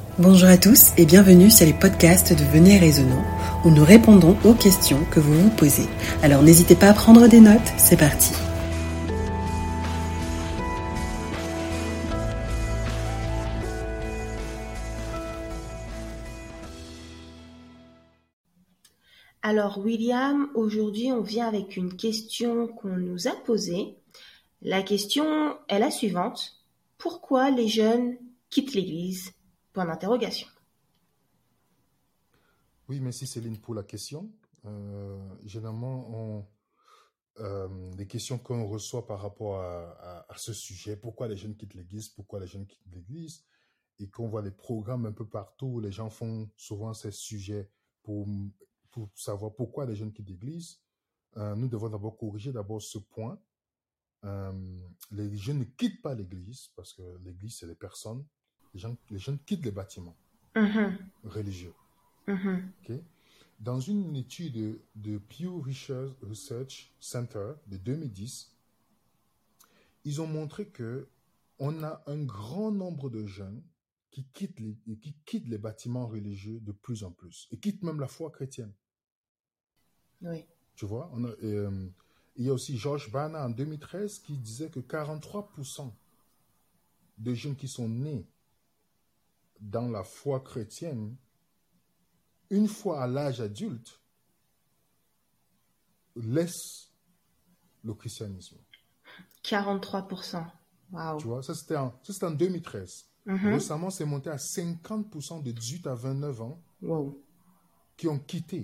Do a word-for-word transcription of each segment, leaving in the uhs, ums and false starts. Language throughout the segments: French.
Bonjour à tous et bienvenue sur les podcasts de Venez Raisonnons où nous répondons aux questions que vous vous posez. Alors n'hésitez pas à prendre des notes, c'est parti. Alors William, aujourd'hui on vient avec une question qu'on nous a posée. La question est la suivante. Pourquoi les jeunes quittent l'église ? Point d'interrogation. Oui, merci Céline pour la question. Euh, généralement, on, euh, les questions qu'on reçoit par rapport à, à, à ce sujet, pourquoi les jeunes quittent l'église, pourquoi les jeunes quittent l'église, et qu'on voit les programmes un peu partout où les gens font souvent ces sujets pour, pour savoir pourquoi les jeunes quittent l'église, euh, nous devons d'abord corriger d'abord ce point. Euh, les jeunes ne quittent pas l'église parce que l'église, c'est les personnes. Les, gens, les jeunes quittent les bâtiments Mm-hmm. religieux. Mm-hmm. Okay? Dans une étude de, de Pew Research Center de deux mille dix, ils ont montré que on a un grand nombre de jeunes qui quittent les, qui quittent les bâtiments religieux de plus en plus et quittent même la foi chrétienne. Oui. Tu vois, on a, euh, il y a aussi George Barna en deux mille treize qui disait que quarante-trois pour cent de jeunes qui sont nés dans la foi chrétienne, une fois à l'âge adulte, laissent le christianisme. quarante-trois pour cent. Wow. Tu vois, ça c'était en, ça, c'était en deux mille treize. Mm-hmm. Récemment, c'est monté à cinquante pour cent de dix-huit à vingt-neuf ans Wow. qui ont quitté.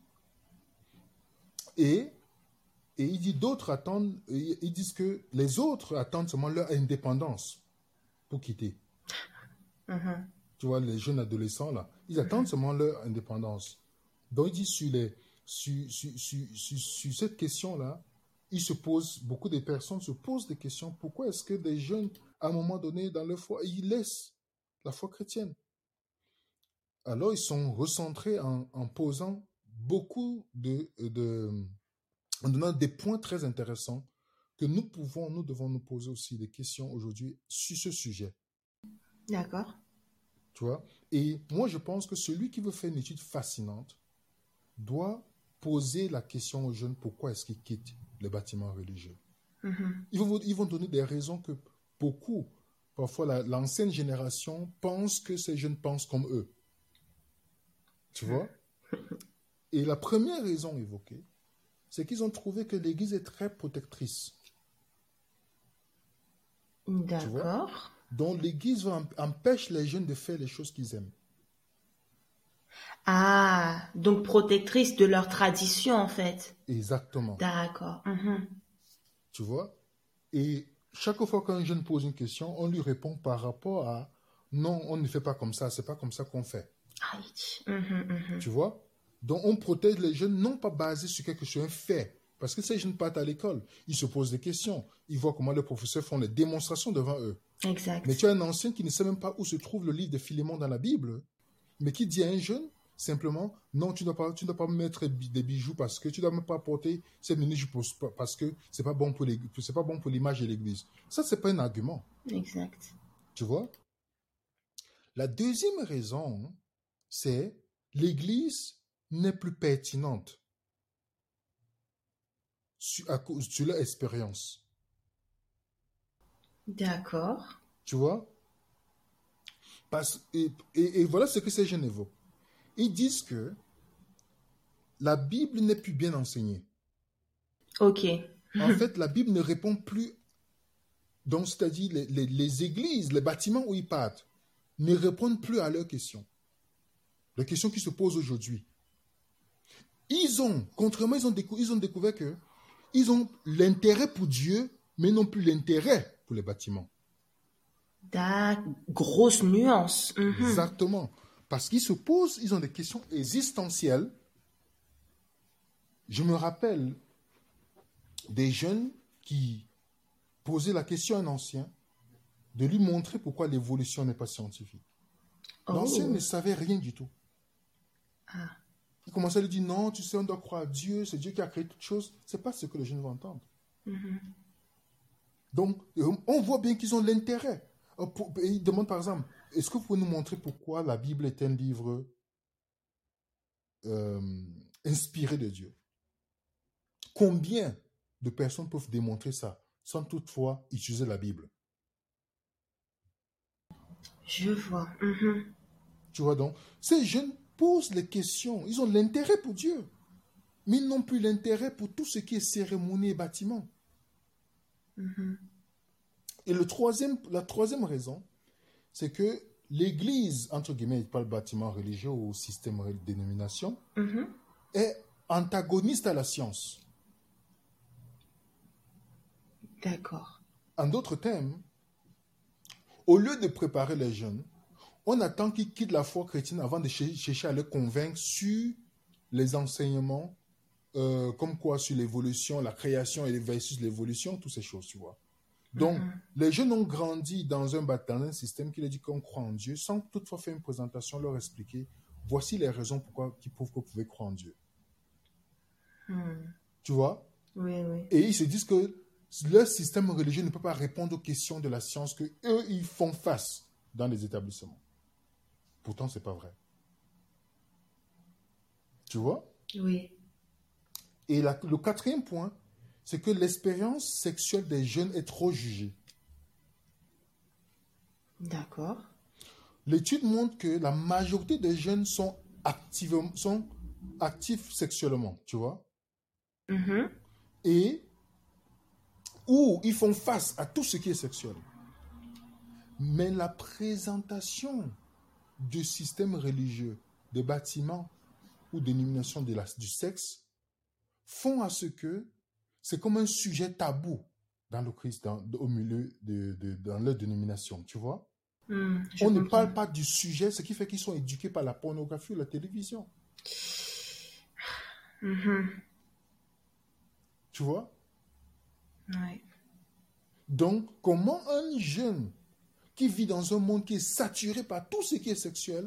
Et, et il dit d'autres attendent, ils disent que les autres attendent seulement leur indépendance pour quitter. Mm-hmm. Tu vois, les jeunes adolescents, là, ils attendent mm-hmm. seulement leur indépendance. Donc, il dit sur, les, sur, sur, sur, sur, sur cette question-là, il se pose, beaucoup de personnes se posent des questions. Pourquoi est-ce que des jeunes, à un moment donné, dans leur foi, ils laissent la foi chrétienne? Alors, ils sont recentrés en, en posant beaucoup de, de... en donnant des points très intéressants que nous pouvons, nous devons nous poser aussi des questions aujourd'hui sur ce sujet. D'accord. Tu vois? Et moi, je pense que celui qui veut faire une étude fascinante doit poser la question aux jeunes, pourquoi est-ce qu'ils quittent les bâtiments religieux? Mm-hmm. Ils vont, ils vont donner des raisons que beaucoup, parfois la, l'ancienne génération, pense que ces jeunes pensent comme eux. Tu vois? Et la première raison évoquée, c'est qu'ils ont trouvé que l'Église est très protectrice. D'accord. Donc l'Église empêche les jeunes de faire les choses qu'ils aiment. Ah, donc protectrice de leur tradition en fait. Exactement. D'accord. Mm-hmm. Tu vois? Et chaque fois qu'un jeune pose une question, on lui répond par rapport à non, on ne fait pas comme ça, c'est pas comme ça qu'on fait. Aïe. Mm-hmm, mm-hmm. Tu vois? Donc on protège les jeunes non pas basés sur quelque chose, un fait. Parce que ces jeunes partent à l'école, ils se posent des questions, ils voient comment les professeurs font les démonstrations devant eux. Exact. Mais tu as un ancien qui ne sait même pas où se trouve le livre de Philémon dans la Bible, mais qui dit à un jeune, simplement, non, tu ne dois pas, tu ne dois pas mettre des bijoux parce que tu ne dois même pas porter ces mini-jupes parce que c'est pas bon pour les, c'est pas bon pour l'image de l'Église. Ça, c'est pas un argument. Exact. Tu vois? La deuxième raison, c'est l'Église n'est plus pertinente sur, à cause de leur expérience. D'accord. Tu vois? Parce, et, et, et voilà ce que ces jeunes évoquent. Ils disent que la Bible n'est plus bien enseignée. Ok. En fait, la Bible ne répond plus. Donc, c'est-à-dire les, les, les églises, les bâtiments où ils partent, ne répondent plus à leurs questions. Les questions qui se posent aujourd'hui. Ils ont, contrairement, ils ont, décou- ils ont découvert que ils ont l'intérêt pour Dieu, mais non plus l'intérêt pour les bâtiments. Da, grosse nuance. Mm-hmm. Exactement. Parce qu'ils se posent, ils ont des questions existentielles. Je me rappelle des jeunes qui posaient la question à un ancien de lui montrer pourquoi l'évolution n'est pas scientifique. Oh. L'ancien ne savait rien du tout. Ah. Il commençait à lui dire non, tu sais, on doit croire à Dieu, c'est Dieu qui a créé toutes choses. Ce n'est pas ce que les jeunes vont entendre. Mm-hmm. Donc, on voit bien qu'ils ont l'intérêt. Ils demandent par exemple, est-ce que vous pouvez nous montrer pourquoi la Bible est un livre euh, inspiré de Dieu? Combien de personnes peuvent démontrer ça sans toutefois utiliser la Bible? Je vois. Mm-hmm. Tu vois donc, ces jeunes posent les questions. Ils ont l'intérêt pour Dieu, mais ils n'ont plus l'intérêt pour tout ce qui est cérémonie et bâtiment. Mm-hmm. Et le troisième, la troisième raison, c'est que l'Église, entre guillemets, pas le bâtiment religieux ou système de dénomination, Mm-hmm. est antagoniste à la science. D'accord. En d'autres termes, au lieu de préparer les jeunes, on attend qu'ils quittent la foi chrétienne avant de chercher à les convaincre sur les enseignements, euh, comme quoi sur l'évolution, la création et versus l'évolution, toutes ces choses, tu vois. Donc, mm-hmm. les jeunes ont grandi dans un, dans un système qui leur dit qu'on croit en Dieu, sans toutefois faire une présentation, leur expliquer, voici les raisons pourquoi, qui prouvent que vous pouvez croire en Dieu. Mm. Tu vois? Oui, oui. Et ils se disent que leur système religieux ne peut pas répondre aux questions de la science que eux ils font face dans les établissements. Pourtant, c'est pas vrai. Tu vois? Oui. Et la, le quatrième point, c'est que l'expérience sexuelle des jeunes est trop jugée. D'accord. L'étude montre que la majorité des jeunes sont, active, sont actifs sexuellement, tu vois? Mm-hmm. Et où ils font face à tout ce qui est sexuel. Mais la présentation du système religieux, des bâtiments ou d'élimination de la, du sexe font à ce que c'est comme un sujet tabou dans le Christ, dans, au milieu de, de, dans leur dénomination, tu vois. Mmh, On ne comprends. parle pas du sujet, ce qui fait qu'ils sont éduqués par la pornographie ou la télévision. Mmh. Tu vois? Ouais. Donc, comment un jeune qui vit dans un monde qui est saturé par tout ce qui est sexuel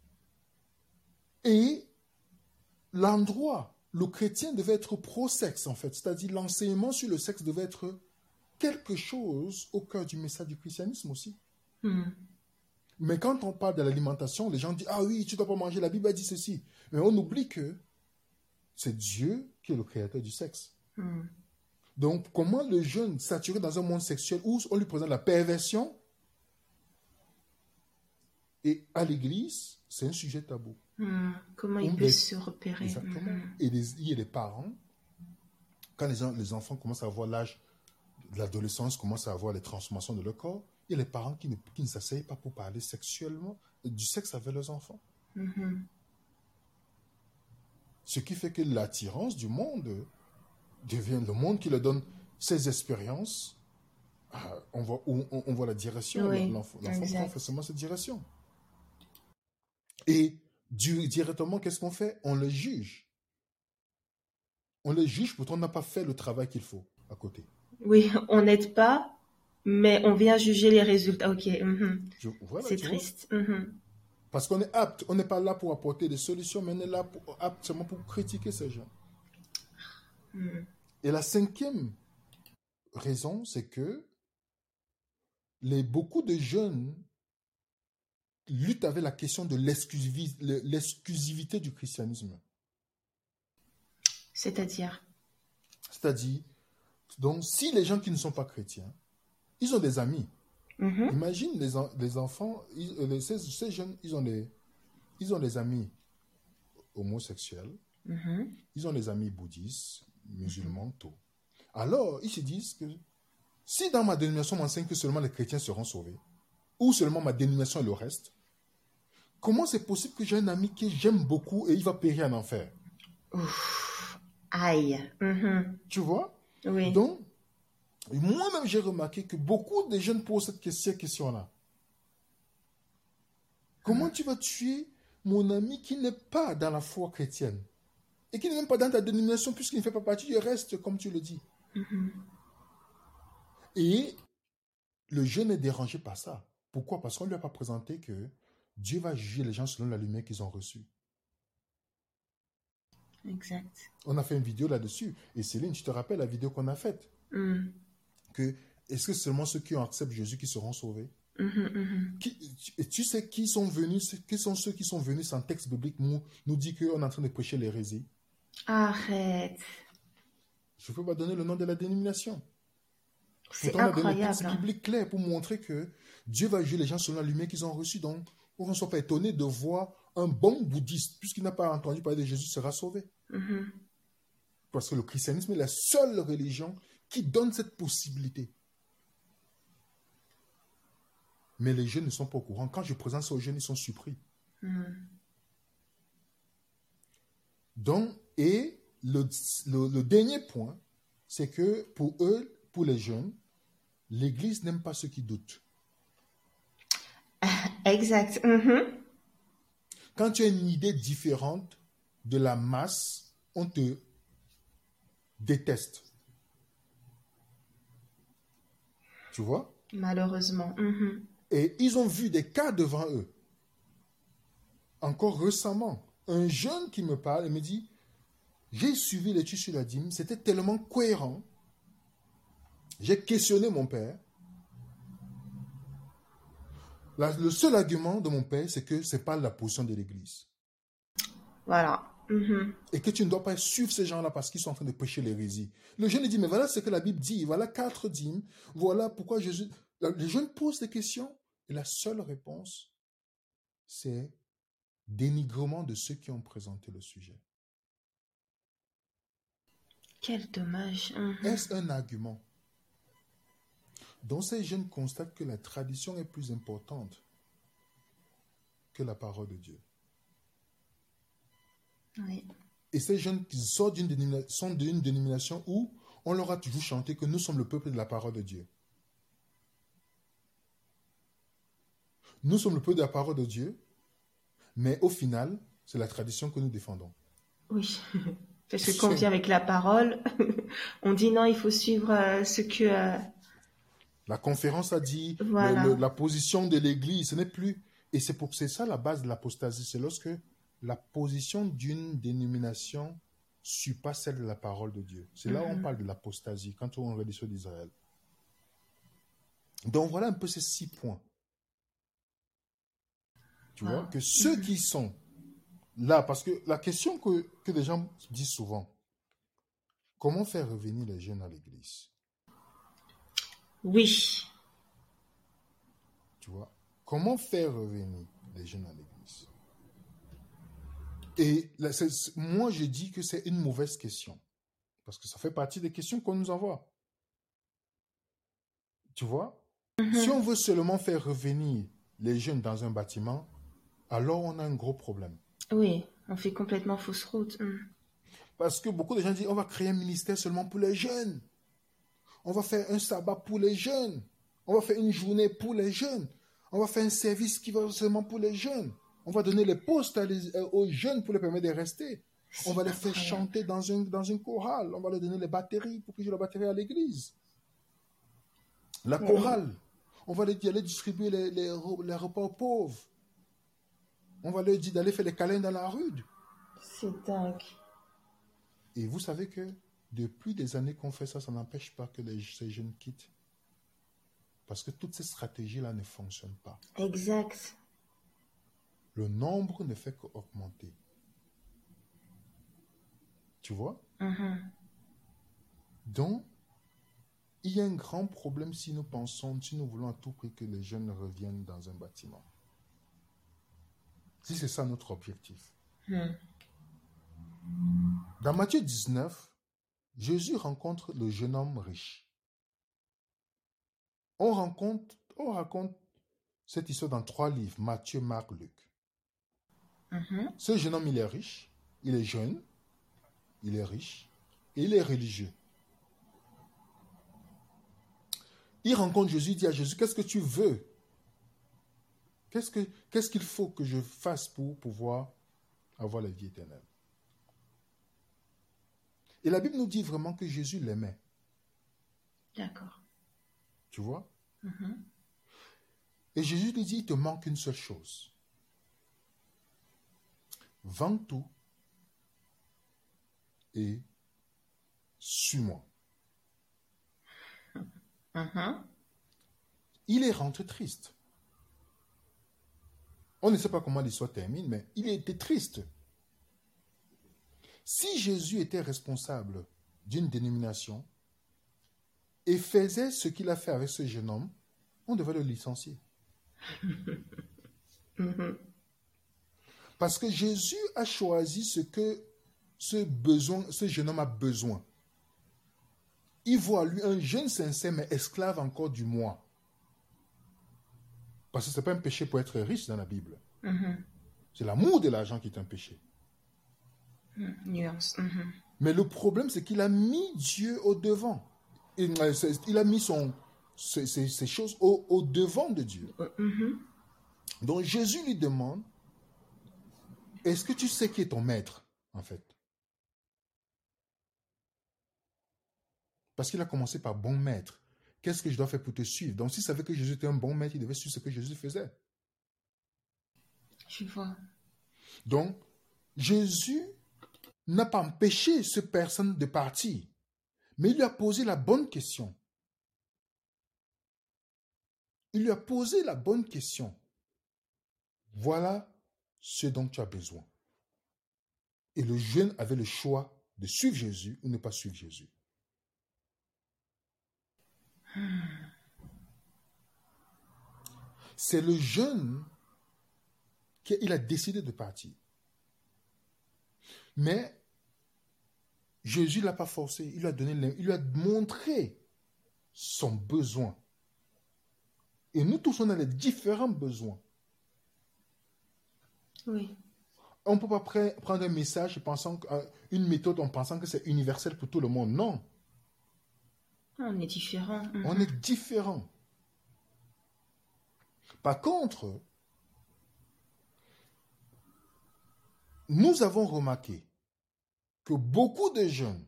et l'endroit, le chrétien devait être pro-sexe en fait, c'est-à-dire l'enseignement sur le sexe devait être quelque chose au cœur du message du christianisme aussi. Mmh. Mais quand on parle de l'alimentation, les gens disent « Ah oui, tu ne dois pas manger, la Bible a dit ceci ». Mais on oublie que c'est Dieu qui est le créateur du sexe. Mmh. Donc, comment le jeune saturé dans un monde sexuel où on lui présente la perversion et à l'église, c'est un sujet tabou. Mmh. Comment il peut les... se repérer. Exactement. Mmh. Et les... il y a des parents, quand les, gens, les enfants commencent à avoir l'âge de l'adolescence, commencent à avoir les transformations de leur corps, il y a les parents qui ne, qui ne s'asseyent pas pour parler sexuellement du sexe avec leurs enfants. Mmh. Ce qui fait que l'attirance du monde devient le monde qui leur donne ses expériences. Ah, on, voit, on, on voit la direction. Oui, l'enfant l'enfant prend forcément cette direction. Et du, directement, qu'est-ce qu'on fait? On le juge. On le juge, pourtant on n'a pas fait le travail qu'il faut à côté. Oui, on n'aide pas, mais on vient juger les résultats. Ok, mmh. Je, voilà, c'est triste. Mmh. Parce qu'on est apte, on n'est pas là pour apporter des solutions, mais on est là pour, apte seulement pour critiquer ces gens. Mmh. Et la cinquième raison, c'est que les, beaucoup de jeunes luttent avec la question de l'exclusivité, l'exclusivité du christianisme. C'est-à-dire? C'est-à-dire, donc, si les gens qui ne sont pas chrétiens, ils ont des amis. Mm-hmm. Imagine les, en, les enfants, ils, les, ces, ces jeunes, ils ont des, ils ont des amis homosexuels, mm-hmm. ils ont des amis bouddhistes, musulmans, mm-hmm. tout. Alors, ils se disent que si dans ma dénomination on m'enseigne que seulement les chrétiens seront sauvés, ou seulement ma dénomination est le reste, comment c'est possible que j'ai un ami que j'aime beaucoup et il va périr en enfer? Ouf, aïe. Mm-hmm. Tu vois? Oui. Donc, moi-même, j'ai remarqué que beaucoup de jeunes posent cette question, question-là. Comment mm-hmm. tu vas tuer mon ami qui n'est pas dans la foi chrétienne et qui n'est même pas dans ta dénomination puisqu'il ne fait pas partie du reste, comme tu le dis? Mm-hmm. Et le jeune est dérangé par ça. Pourquoi? Parce qu'on ne lui a pas présenté que Dieu va juger les gens selon la lumière qu'ils ont reçue. Exact. On a fait une vidéo là-dessus. Et Céline, tu te rappelles la vidéo qu'on a faite? Mm. Que est-ce que seulement ceux qui ont accepté Jésus qui seront sauvés? Mhm, mhm. Qui, tu, tu sais qui sont venus, qui sont ceux qui sont venus sans texte biblique nous, nous dit qu'on est en train de prêcher l'hérésie? Arrête. Je ne peux pas donner le nom de la dénomination. C'est Pourtant, on a donné un texte incroyable. Hein. biblique clair pour montrer que Dieu va juger les gens selon la lumière qu'ils ont reçue. Donc, on ne soit pas étonné de voir un bon bouddhiste, puisqu'il n'a pas entendu parler de Jésus, sera sauvé. Mhm. Parce que le christianisme est la seule religion qui donne cette possibilité. Mais les jeunes ne sont pas au courant. Quand je présente ça aux jeunes, ils sont surpris. Mhm. Donc, et le, le, le dernier point, c'est que pour eux, pour les jeunes, l'Église n'aime pas ceux qui doutent. Exact. Mhm. Quand tu as une idée différente de la masse, on te déteste. Tu vois? Malheureusement. Mhm. Et ils ont vu des cas devant eux. Encore récemment, un jeune qui me parle et me dit, j'ai suivi l'étude sur la dîme, c'était tellement cohérent. J'ai questionné mon père. La, le seul argument de mon père, c'est que ce n'est pas la position de l'Église. Voilà. Mhm. Et que tu ne dois pas suivre ces gens-là parce qu'ils sont en train de prêcher l'hérésie. Le jeune dit, mais voilà ce que la Bible dit, voilà quatre dîmes, voilà pourquoi Jésus... Les jeunes posent des questions et la seule réponse, c'est dénigrement de ceux qui ont présenté le sujet. Quel dommage. Mhm. Est-ce un argument? Donc ces jeunes constatent que la tradition est plus importante que la parole de Dieu. Oui. Et ces jeunes qui sortent d'une dénomination, sont d'une dénomination où on leur a toujours chanté que nous sommes le peuple de la parole de Dieu. Nous sommes le peuple de la parole de Dieu, mais au final, c'est la tradition que nous défendons. Oui. Parce que quand on vient avec la parole, on dit non, il faut suivre euh, ce que... euh, La conférence a dit, Voilà. le, le, la position de l'Église, ce n'est plus... Et c'est pour c'est ça la base de l'apostasie, c'est lorsque la position d'une dénomination ne suit pas celle de la parole de Dieu. C'est là où on Mhm. parle de l'apostasie, quand on regarde l'histoire d'Israël. Donc voilà un peu ces six points. Tu vois, Wow. que ceux Mhm. qui sont là, parce que la question que, que les gens disent souvent, comment faire revenir les jeunes à l'église? Oui. Tu vois, comment faire revenir les jeunes à l'église? Et là, c'est- moi, je dis que c'est une mauvaise question, parce que ça fait partie des questions qu'on nous envoie. Tu vois, Mhm. si on veut seulement faire revenir les jeunes dans un bâtiment, alors on a un gros problème. Oui, on fait complètement fausse route. Mhm. Parce que beaucoup de gens disent, on va créer un ministère seulement pour les jeunes. On va faire un sabbat pour les jeunes. On va faire une journée pour les jeunes. On va faire un service qui va seulement pour les jeunes. On va donner les postes à les- aux jeunes pour les permettre de rester. On va les faire Incroyable. chanter dans une, dans une chorale. On va leur donner les batteries pour qu'ils jouent la batterie à l'église. La Oui. chorale. On va leur dire d'aller distribuer les, les, re- les repas aux pauvres. On va leur dire d'aller faire les câlins dans la rue. C'est dingue. Et vous savez que depuis des années qu'on fait ça, ça n'empêche pas que les, ces jeunes quittent. Parce que toutes ces stratégies-là ne fonctionnent pas. Exact. Le nombre ne fait qu'augmenter. Tu vois? Mhm. Donc, il y a un grand problème si nous pensons, si nous voulons à tout prix que les jeunes reviennent dans un bâtiment. Si c'est ça notre objectif. Mhm. Dans Matthieu dix-neuf, Jésus rencontre le jeune homme riche. On, rencontre, on raconte cette histoire dans trois livres, Matthieu, Marc, Luc. Mhm. Ce jeune homme, il est riche, il est jeune, il est riche et il est religieux. Il rencontre Jésus, il dit à Jésus, qu'est-ce que tu veux? Qu'est-ce que, qu'est-ce qu'il faut que je fasse pour pouvoir avoir la vie éternelle? Et la Bible nous dit vraiment que Jésus l'aimait. D'accord. Tu vois? Mhm. Et Jésus lui dit, il te manque une seule chose. Vends tout et suis-moi. Mhm. Il est rentré triste. On ne sait pas comment l'histoire termine, mais il était triste. Si Jésus était responsable d'une dénomination et faisait ce qu'il a fait avec ce jeune homme, on devait le licencier. Mhm. Parce que Jésus a choisi ce que ce, besoin, ce jeune homme a besoin. Il voit lui un jeune sincère, mais esclave encore du moi. Parce que ce n'est pas un péché pour être riche dans la Bible. Mhm. C'est l'amour de l'argent qui est un péché. Mhm. Nuance. Mhm. Mais le problème, c'est qu'il a mis Dieu au devant. Il, il a mis son, ces, ces, ces choses au, au devant de Dieu. Mhm. Donc Jésus lui demande, est-ce que tu sais qui est ton maître, en fait? Parce qu'il a commencé par bon maître. Qu'est-ce que je dois faire pour te suivre? Donc s'il savait que Jésus était un bon maître, il devait suivre ce que Jésus faisait. Je vois. Donc, Jésus n'a pas empêché cette personne de partir, mais il lui a posé la bonne question. Il lui a posé la bonne question. Voilà ce dont tu as besoin. Et le jeune avait le choix de suivre Jésus ou ne pas suivre Jésus. Hmm. C'est le jeune qui a décidé de partir. Mais Jésus ne l'a pas forcé. Il lui a donné, il lui a montré son besoin. Et nous tous, on a les différents besoins. Oui. On ne peut pas prendre un message, pensant, une méthode en pensant que c'est universel pour tout le monde. Non. On est différents. Mhm. On est différents. Par contre, nous avons remarqué que beaucoup de jeunes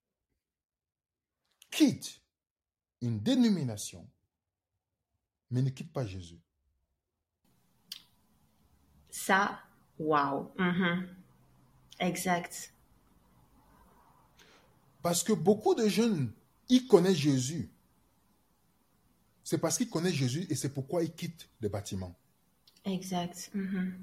quittent une dénomination, mais ne quittent pas Jésus. Ça, waouh. Mhm. Exact. Parce que beaucoup de jeunes, ils connaissent Jésus. C'est parce qu'ils connaissent Jésus et c'est pourquoi ils quittent les bâtiments. Exact. Mhm.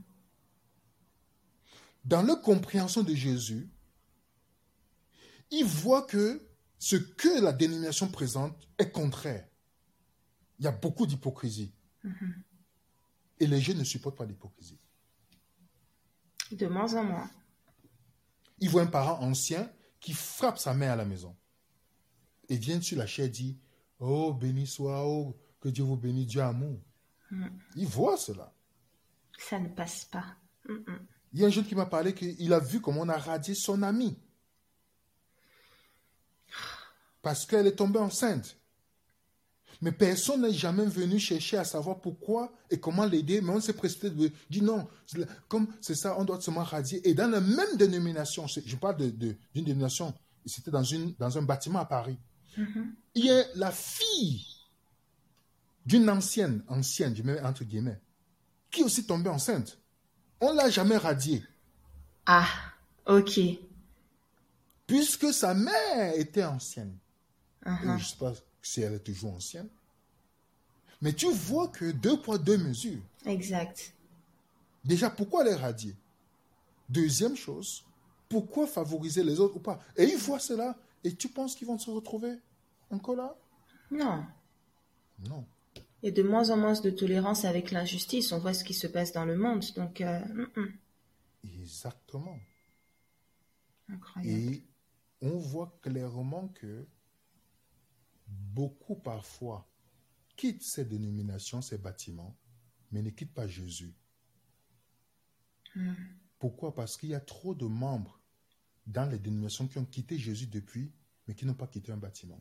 Dans leur compréhension de Jésus, ils voient que ce que la dénomination présente est contraire. Il y a beaucoup d'hypocrisie. Mhm. Et les jeunes ne supportent pas l'hypocrisie. De moins en moins. Ils voient un parent ancien qui frappe sa mère à la maison. Et vient sur la chaise et dit, « Oh, béni soit, oh, que Dieu vous bénisse, Dieu amour. Mhm. » Ils voient cela. Ça ne passe pas. Mhm. Il y a un jeune qui m'a parlé qu'il a vu comment on a radié son amie. Parce qu'elle est tombée enceinte. Mais personne n'est jamais venu chercher à savoir pourquoi et comment l'aider. Mais on s'est précipité de dire non, comme c'est ça, on doit seulement radier. Et dans la même dénomination, je parle de, de, d'une dénomination, c'était dans, une, dans un bâtiment à Paris. Mm-hmm. Il y a la fille d'une ancienne, ancienne, je mets entre guillemets, qui est aussi tombée enceinte. On ne l'a jamais radiée. Ah, ok. Puisque sa mère était ancienne. Uh-huh. Et je ne sais pas si elle est toujours ancienne. Mais tu vois que deux poids, deux mesures. Exact. Déjà, pourquoi les radier? Deuxième chose, pourquoi favoriser les autres ou pas? Et ils voient cela, et tu penses qu'ils vont se retrouver encore là? Non. Non. Il y a de moins en moins de tolérance avec l'injustice. On voit ce qui se passe dans le monde. Donc, euh, mm-mm. Exactement. Incroyable. Et on voit clairement que beaucoup parfois quittent ces dénominations, ces bâtiments, mais ne quittent pas Jésus. Mm. Pourquoi? Parce qu'il y a trop de membres dans les dénominations qui ont quitté Jésus depuis, mais qui n'ont pas quitté un bâtiment.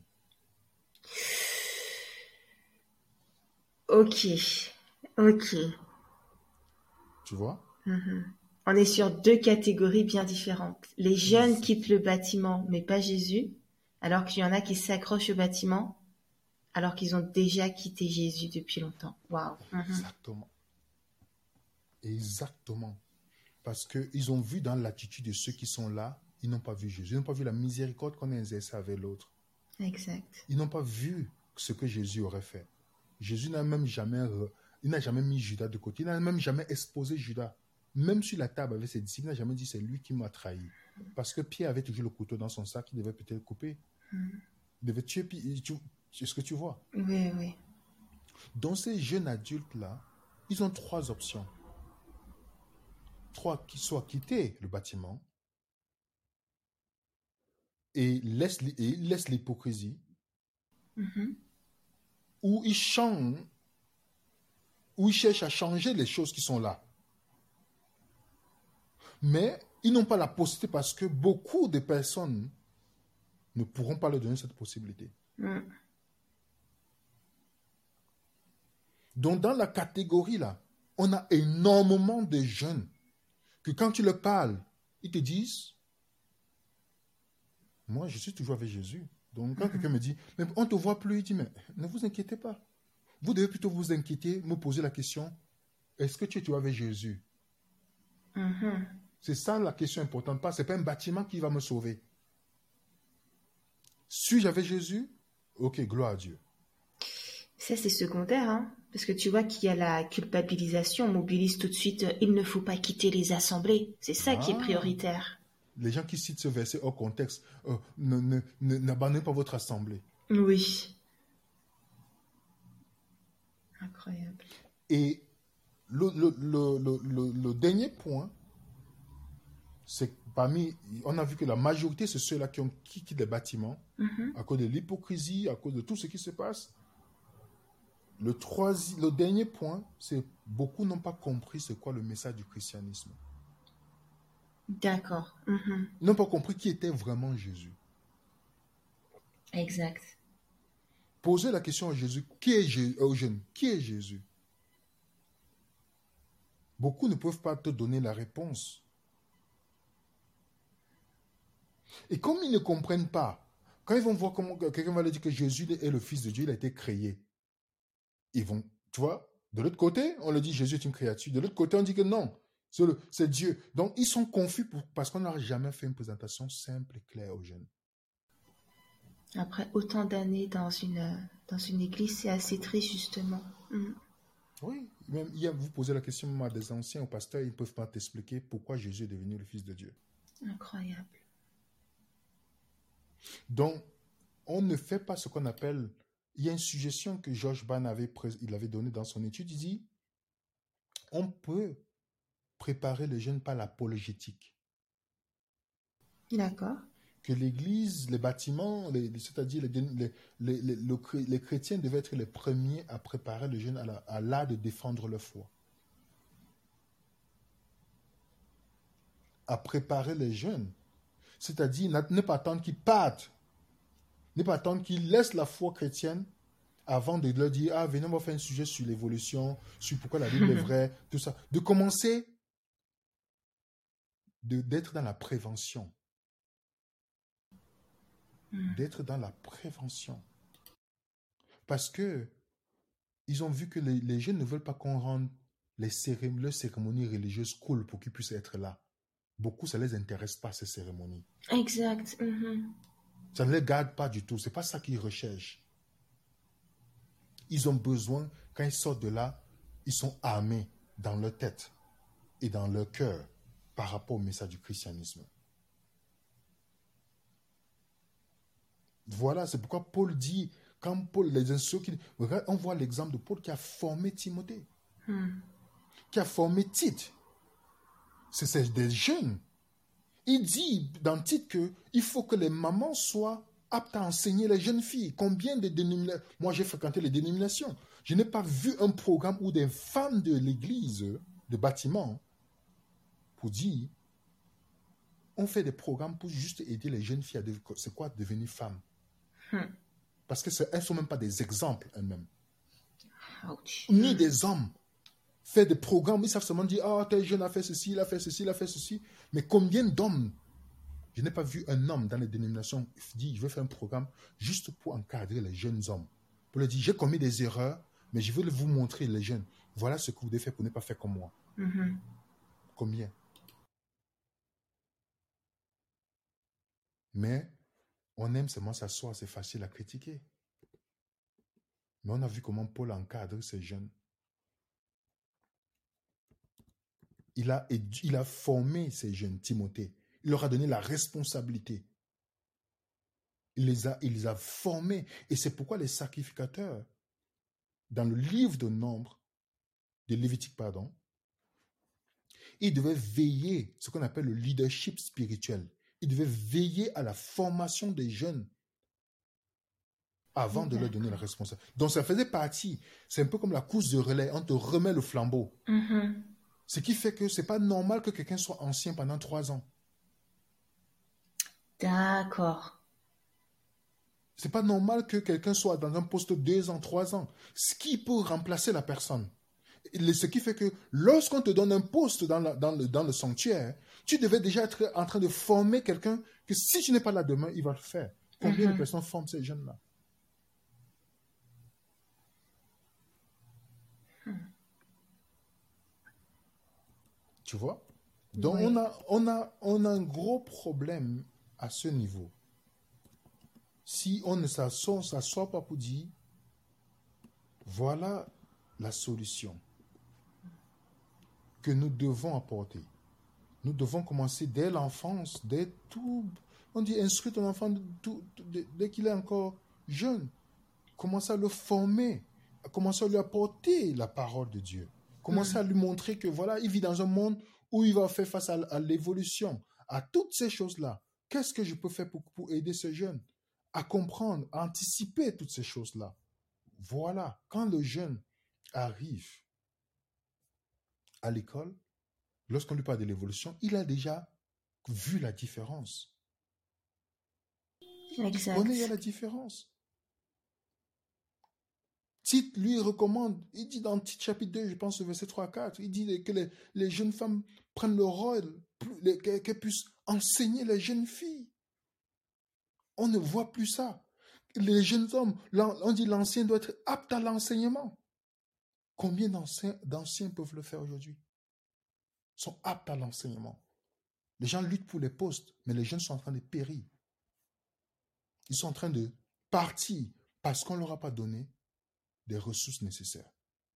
Ok. Ok. Tu vois? Mm-hmm. On est sur deux catégories bien différentes. Les jeunes quittent le bâtiment, mais pas Jésus, alors qu'il y en a qui s'accrochent au bâtiment, alors qu'ils ont déjà quitté Jésus depuis longtemps. Waouh. Mm-hmm. Exactement. Exactement. Parce qu'ils ont vu dans l'attitude de ceux qui sont là, ils n'ont pas vu Jésus. Ils n'ont pas vu la miséricorde qu'on a exercée avec l'autre. Exact. Ils n'ont pas vu ce que Jésus aurait fait. Jésus n'a même jamais Il n'a jamais mis Judas de côté. Il n'a même jamais exposé Judas. Même sur la table avec ses disciples, il n'a jamais dit c'est lui qui m'a trahi. Parce que Pierre avait toujours le couteau dans son sac, il devait peut-être couper. Mm. Il devait tuer. Puis, tu, c'est ce que tu vois. Oui, oui. Donc ces jeunes adultes-là, ils ont trois options. Trois, qui soit quitter le bâtiment et laissent, et laissent l'hypocrisie, Mhm. ou ils changent, ou ils cherchent à changer les choses qui sont là. Mais ils n'ont pas la possibilité parce que beaucoup de personnes ne pourront pas leur donner cette possibilité. Mm. Donc dans la catégorie là, on a énormément de jeunes que quand tu leur parles, ils te disent, moi je suis toujours avec Jésus. Donc quand mm-hmm. quelqu'un me dit, mais on ne te voit plus, il dit, mais ne vous inquiétez pas. Vous devez plutôt vous inquiéter, me poser la question, est-ce que tu es toujours avec Jésus? Mm-hmm. C'est ça la question importante. Ce n'est pas un bâtiment qui va me sauver. Suis-je avec Jésus? Ok, gloire à Dieu. Ça, c'est secondaire, hein? Parce que tu vois qu'il y a la culpabilisation, on mobilise tout de suite, euh, il ne faut pas quitter les assemblées. C'est ça ah. qui est prioritaire. Les gens qui citent ce verset hors contexte, euh, ne, ne, ne, n'abandonnez pas votre assemblée. Oui. Incroyable. Et le, le, le, le, le, le dernier point, c'est que parmi, on a vu que la majorité, c'est ceux-là qui ont quitté les bâtiments mm-hmm. à cause de l'hypocrisie, à cause de tout ce qui se passe. Le, troisi, le dernier point, c'est beaucoup n'ont pas compris c'est quoi le message du christianisme. D'accord. Mm-hmm. Ils n'ont pas compris qui était vraiment Jésus. Exact. Posez la question à Jésus, qui est Jésus, aux jeunes, qui est Jésus? Beaucoup ne peuvent pas te donner la réponse. Et comme ils ne comprennent pas, quand ils vont voir comment quelqu'un va leur dire que Jésus est le Fils de Dieu, il a été créé, ils vont, tu vois, de l'autre côté, on leur dit Jésus est une créature. De l'autre côté, on dit que non, c'est, le, c'est Dieu. Donc, ils sont confus pour, parce qu'on n'a jamais fait une présentation simple et claire aux jeunes. Après autant d'années dans une, dans une église, c'est assez triste, justement. Mm. Oui, même hier, vous posez la question à des anciens, aux pasteurs, ils ne peuvent pas t'expliquer pourquoi Jésus est devenu le Fils de Dieu. Incroyable. Donc, on ne fait pas ce qu'on appelle... Il y a une suggestion que George Ban avait, il avait donnée dans son étude. Il dit, on peut préparer les jeunes par l'apologétique. D'accord. Que l'église, les bâtiments, les, c'est-à-dire les, les, les, les, les, les chrétiens devaient être les premiers à préparer les jeunes à, la, à l'art de défendre leur foi. À préparer les jeunes. C'est-à-dire ne pas attendre qu'ils partent. Ne pas attendre qu'ils laissent la foi chrétienne avant de leur dire, ah, venez, on va faire un sujet sur l'évolution, sur pourquoi la Bible est vraie, tout ça. De commencer de, d'être dans la prévention. D'être dans la prévention. Parce que ils ont vu que les, les jeunes ne veulent pas qu'on rende les cérémonies, leurs cérémonies religieuses cool pour qu'ils puissent être là. Beaucoup, ça ne les intéresse pas, ces cérémonies. Exact. Mm-hmm. Ça ne les garde pas du tout. Ce n'est pas ça qu'ils recherchent. Ils ont besoin, quand ils sortent de là, ils sont armés dans leur tête et dans leur cœur par rapport au message du christianisme. Voilà, c'est pourquoi Paul dit, quand Paul les instruit, on voit l'exemple de Paul qui a formé Timothée, mm. qui a formé Tite. C'est, c'est des jeunes. Il dit dans Tite qu'il faut que les mamans soient aptes à enseigner les jeunes filles. Combien de dénominations? Moi, j'ai fréquenté les dénominations. Je n'ai pas vu un programme où des femmes de l'église, de bâtiment, pour dire, on fait des programmes pour juste aider les jeunes filles à devenir, c'est quoi devenir femme? Hmm. Parce qu'elles ne sont même pas des exemples elles-mêmes. Ouch. Ni des hommes. Faire des programmes, ils savent seulement dire, ah, oh, tel jeune a fait ceci, il a fait ceci, il a fait ceci. Mais combien d'hommes? Je n'ai pas vu un homme dans les dénominations dire, je vais faire un programme juste pour encadrer les jeunes hommes. Pour leur dire, j'ai commis des erreurs, mais je veux vous montrer, les jeunes, voilà ce que vous devez faire pour ne pas faire comme moi. Mm-hmm. Combien? Mais on aime seulement s'asseoir, c'est facile à critiquer. Mais on a vu comment Paul encadre ces jeunes. il a, il a formé ces jeunes, Timothée. Il leur a donné la responsabilité. Il les a, il les a formés. Et c'est pourquoi les sacrificateurs, dans le livre de Nombre, de Lévitique, pardon, ils devaient veiller, ce qu'on appelle le leadership spirituel. Ils devaient veiller à la formation des jeunes avant de leur donner la responsabilité. Donc ça faisait partie, c'est un peu comme la course de relais, on te remet le flambeau. Mm-hmm. Ce qui fait que c'est pas normal que quelqu'un soit ancien pendant trois ans. D'accord. C'est pas normal que quelqu'un soit dans un poste deux ans, trois ans. Ce qui peut remplacer la personne. Ce qui fait que lorsqu'on te donne un poste dans, la, dans, le, dans le sanctuaire, tu devais déjà être en train de former quelqu'un que si tu n'es pas là demain, il va le faire. Combien mm-hmm. de personnes forment ces jeunes-là? hmm. Tu vois? Donc oui. on, a, on, a, on a un gros problème à ce niveau. Si on ne s'assoit, s'assoit pas pour dire, voilà la solution que nous devons apporter. Nous devons commencer dès l'enfance, dès tout. On dit instruire ton enfant tout, dès, dès qu'il est encore jeune. Commencer à le former, commencer à lui apporter la parole de Dieu. Commencer mmh. à lui montrer que voilà, il vit dans un monde où il va faire face à, à l'évolution, à toutes ces choses-là. Qu'est-ce que je peux faire pour, pour aider ce jeune à comprendre, à anticiper toutes ces choses-là? Voilà, quand le jeune arrive à l'école, lorsqu'on lui parle de l'évolution, il a déjà vu la différence. Exact. Il connaît la différence. Tite lui recommande, il dit dans Tite chapitre deux, je pense au verset trois à quatre, il dit que les, les jeunes femmes prennent le rôle, qu'elles puissent enseigner les jeunes filles. On ne voit plus ça. Les jeunes hommes, on dit l'ancien doit être apte à l'enseignement. Combien d'anciens, d'anciens peuvent le faire aujourd'hui? Sont aptes à l'enseignement. Les gens luttent pour les postes, mais les jeunes sont en train de périr. Ils sont en train de partir parce qu'on ne leur a pas donné des ressources nécessaires.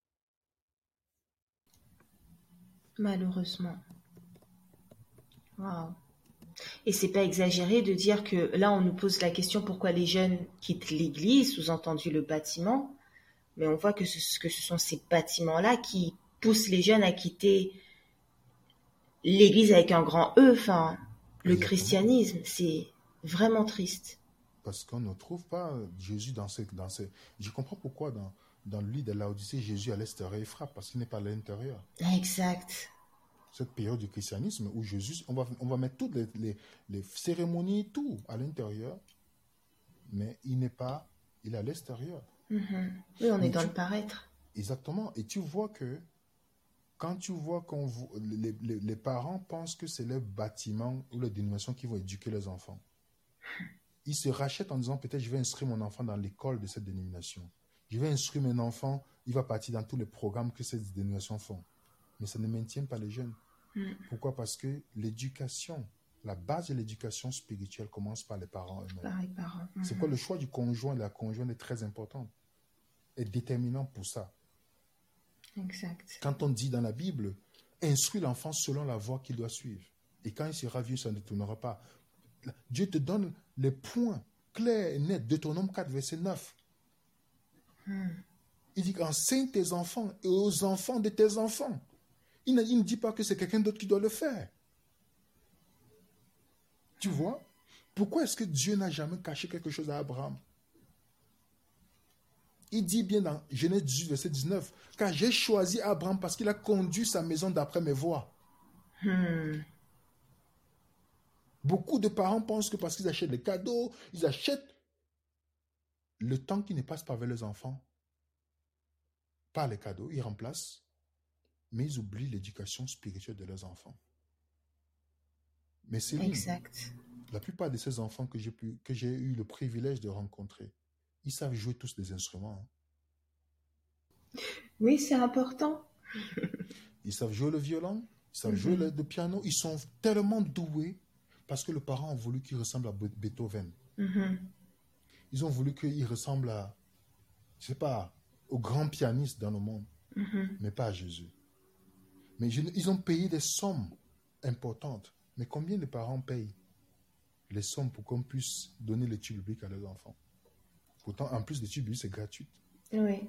Malheureusement. Waouh. Et c'est pas exagéré de dire que là, on nous pose la question pourquoi les jeunes quittent l'église, sous-entendu le bâtiment, mais on voit que ce, que ce sont ces bâtiments-là qui poussent les jeunes à quitter l'église avec un grand E, enfin, le Exactement. Christianisme, c'est vraiment triste. Parce qu'on ne trouve pas Jésus dans ce... Dans ce... Je comprends pourquoi dans, dans le livre de Laodicée, Jésus à l'extérieur, il frappe, parce qu'il n'est pas à l'intérieur. Exact. Cette période du christianisme où Jésus, on va, on va mettre toutes les, les, les cérémonies, tout à l'intérieur, mais il n'est pas, il est à l'extérieur. Mm-hmm. Oui, on mais est dans tu, le paraître. Exactement. Et tu vois que quand tu vois qu'on les, les, les parents pensent que c'est le bâtiment ou la dénomination qui vont éduquer leurs enfants. Ils se rachètent en disant peut-être je vais inscrire mon enfant dans l'école de cette dénomination. Je vais instruire mon enfant, il va partir dans tous les programmes que ces dénominations font. Mais ça ne maintient pas les jeunes. Mm. Pourquoi? Parce que l'éducation, la base de l'éducation spirituelle commence par les parents eux-mêmes. Par les parents. Mm-hmm. C'est quoi le choix du conjoint et de la conjointe est très important. Est déterminant pour ça. Exact. Quand on dit dans la Bible, instruis l'enfant selon la voie qu'il doit suivre. Et quand il sera vieux, ça ne tournera pas. Dieu te donne les points clairs et nets. Deutéronome quatre, verset neuf. Mm. Il dit qu'enseigne tes enfants et aux enfants de tes enfants. Il ne, il ne dit pas que c'est quelqu'un d'autre qui doit le faire. Tu vois? Pourquoi est-ce que Dieu n'a jamais caché quelque chose à Abraham? Il dit bien dans Genèse dix-huit, verset dix-neuf, car j'ai choisi Abraham parce qu'il a conduit sa maison d'après mes voies. Hmm. Beaucoup de parents pensent que parce qu'ils achètent des cadeaux, ils achètent le temps qui ne passe pas avec leurs enfants. Par les cadeaux, ils remplacent, mais ils oublient l'éducation spirituelle de leurs enfants. Mais c'est exact. La plupart de ces enfants que j'ai pu, que j'ai eu le privilège de rencontrer, ils savent jouer tous des instruments. Oui, c'est important. Ils savent jouer le violon, ils savent mm-hmm. jouer le, le piano. Ils sont tellement doués parce que le parent a voulu qu'ils ressemblent à Beethoven. Mm-hmm. Ils ont voulu qu'ils ressemblent à, je sais pas, au grand pianiste dans le monde, mm-hmm. mais pas à Jésus. Mais je, ils ont payé des sommes importantes. Mais combien de parents payent les sommes pour qu'on puisse donner l'étude biblique à leurs enfants? Pourtant, en plus, l'étude biblique, c'est gratuit. Oui.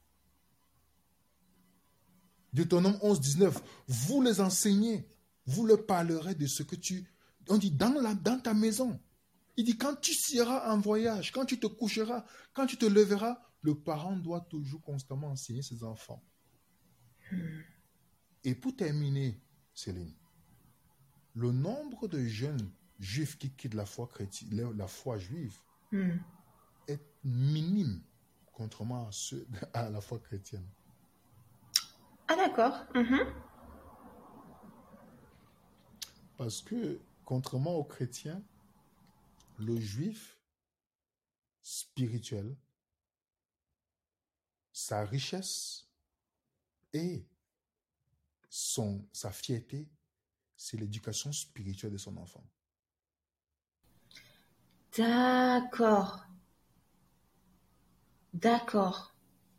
Deutéronome onze, dix-neuf, vous les enseignez, vous leur parlerez de ce que tu... On dit dans, la, dans ta maison. Il dit quand tu seras en voyage, quand tu te coucheras, quand tu te leveras, le parent doit toujours constamment enseigner ses enfants. Hmm. Et pour terminer, Céline, le nombre de jeunes juifs qui quittent la foi chrétienne, la foi juive, hmm. est minime, contrairement à, ceux, à la foi chrétienne. Ah d'accord. Mm-hmm. Parce que, contrairement aux chrétiens, le juif spirituel, sa richesse et son, sa fierté, c'est l'éducation spirituelle de son enfant. D'accord. D'accord.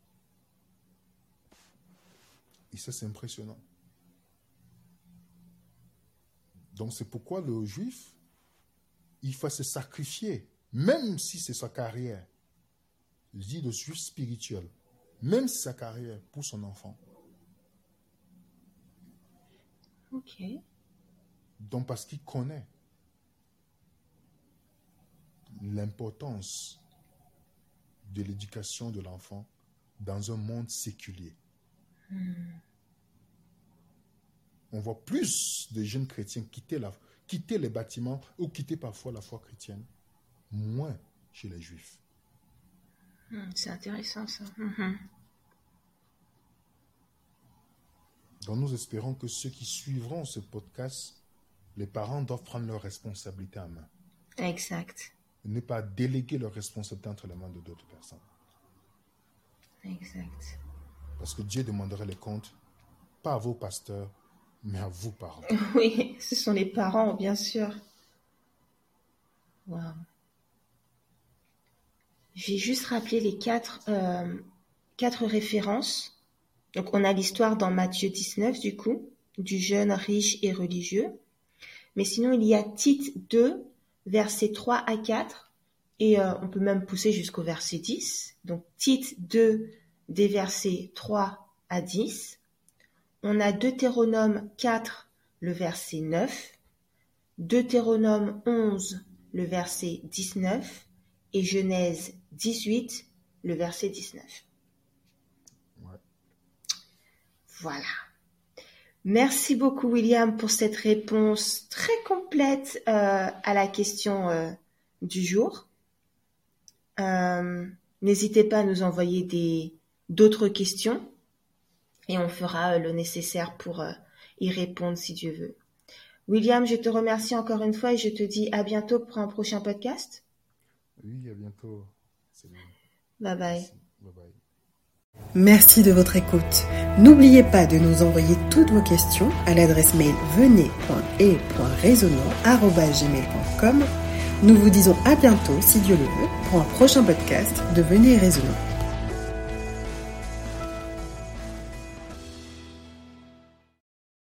Et ça, c'est impressionnant. Donc, c'est pourquoi le juif, il faut se sacrifier, même si c'est sa carrière. Je dis le juif spirituel, même si c'est sa carrière pour son enfant. Ok. Donc, parce qu'il connaît l'importance de l'éducation de l'enfant dans un monde séculier. Hmm. On voit plus de jeunes chrétiens quitter, la, quitter les bâtiments ou quitter parfois la foi chrétienne, moins chez les juifs. Hmm, c'est intéressant ça. Mm-hmm. Donc nous espérons que ceux qui suivront ce podcast, les parents doivent prendre leurs responsabilités en main. Exact. Ne pas déléguer leurs responsabilités entre les mains de d'autres personnes. Exact. Parce que Dieu demanderait les comptes, pas à vos pasteurs, mais à vous, parents. Oui, ce sont les parents, bien sûr. Wow. Je vais juste rappeler les quatre, euh, quatre références. Donc, on a l'histoire dans Matthieu dix-neuf, du coup, du jeune riche et religieux. Mais sinon, il y a Tite deux, versets trois à quatre. Et euh, on peut même pousser jusqu'au verset dix. Donc, Tite deux, des versets trois à dix. On a Deutéronome quatre, le verset neuf. Deutéronome onze, le verset dix-neuf. Et Genèse dix-huit, le verset dix-neuf. Ouais. Voilà. Merci beaucoup, William, pour cette réponse très complète euh, à la question euh, du jour. Euh, n'hésitez pas à nous envoyer des, d'autres questions et on fera euh, le nécessaire pour euh, y répondre si Dieu veut. William, je te remercie encore une fois et je te dis à bientôt pour un prochain podcast. Oui, à bientôt. Bye bye. Merci. Bye bye. Merci de votre écoute. N'oubliez pas de nous envoyer toutes vos questions à l'adresse mail venez point e point raisonnant arobase gmail point com. Nous vous disons à bientôt, si Dieu le veut, pour un prochain podcast de Venez et Raisonnons.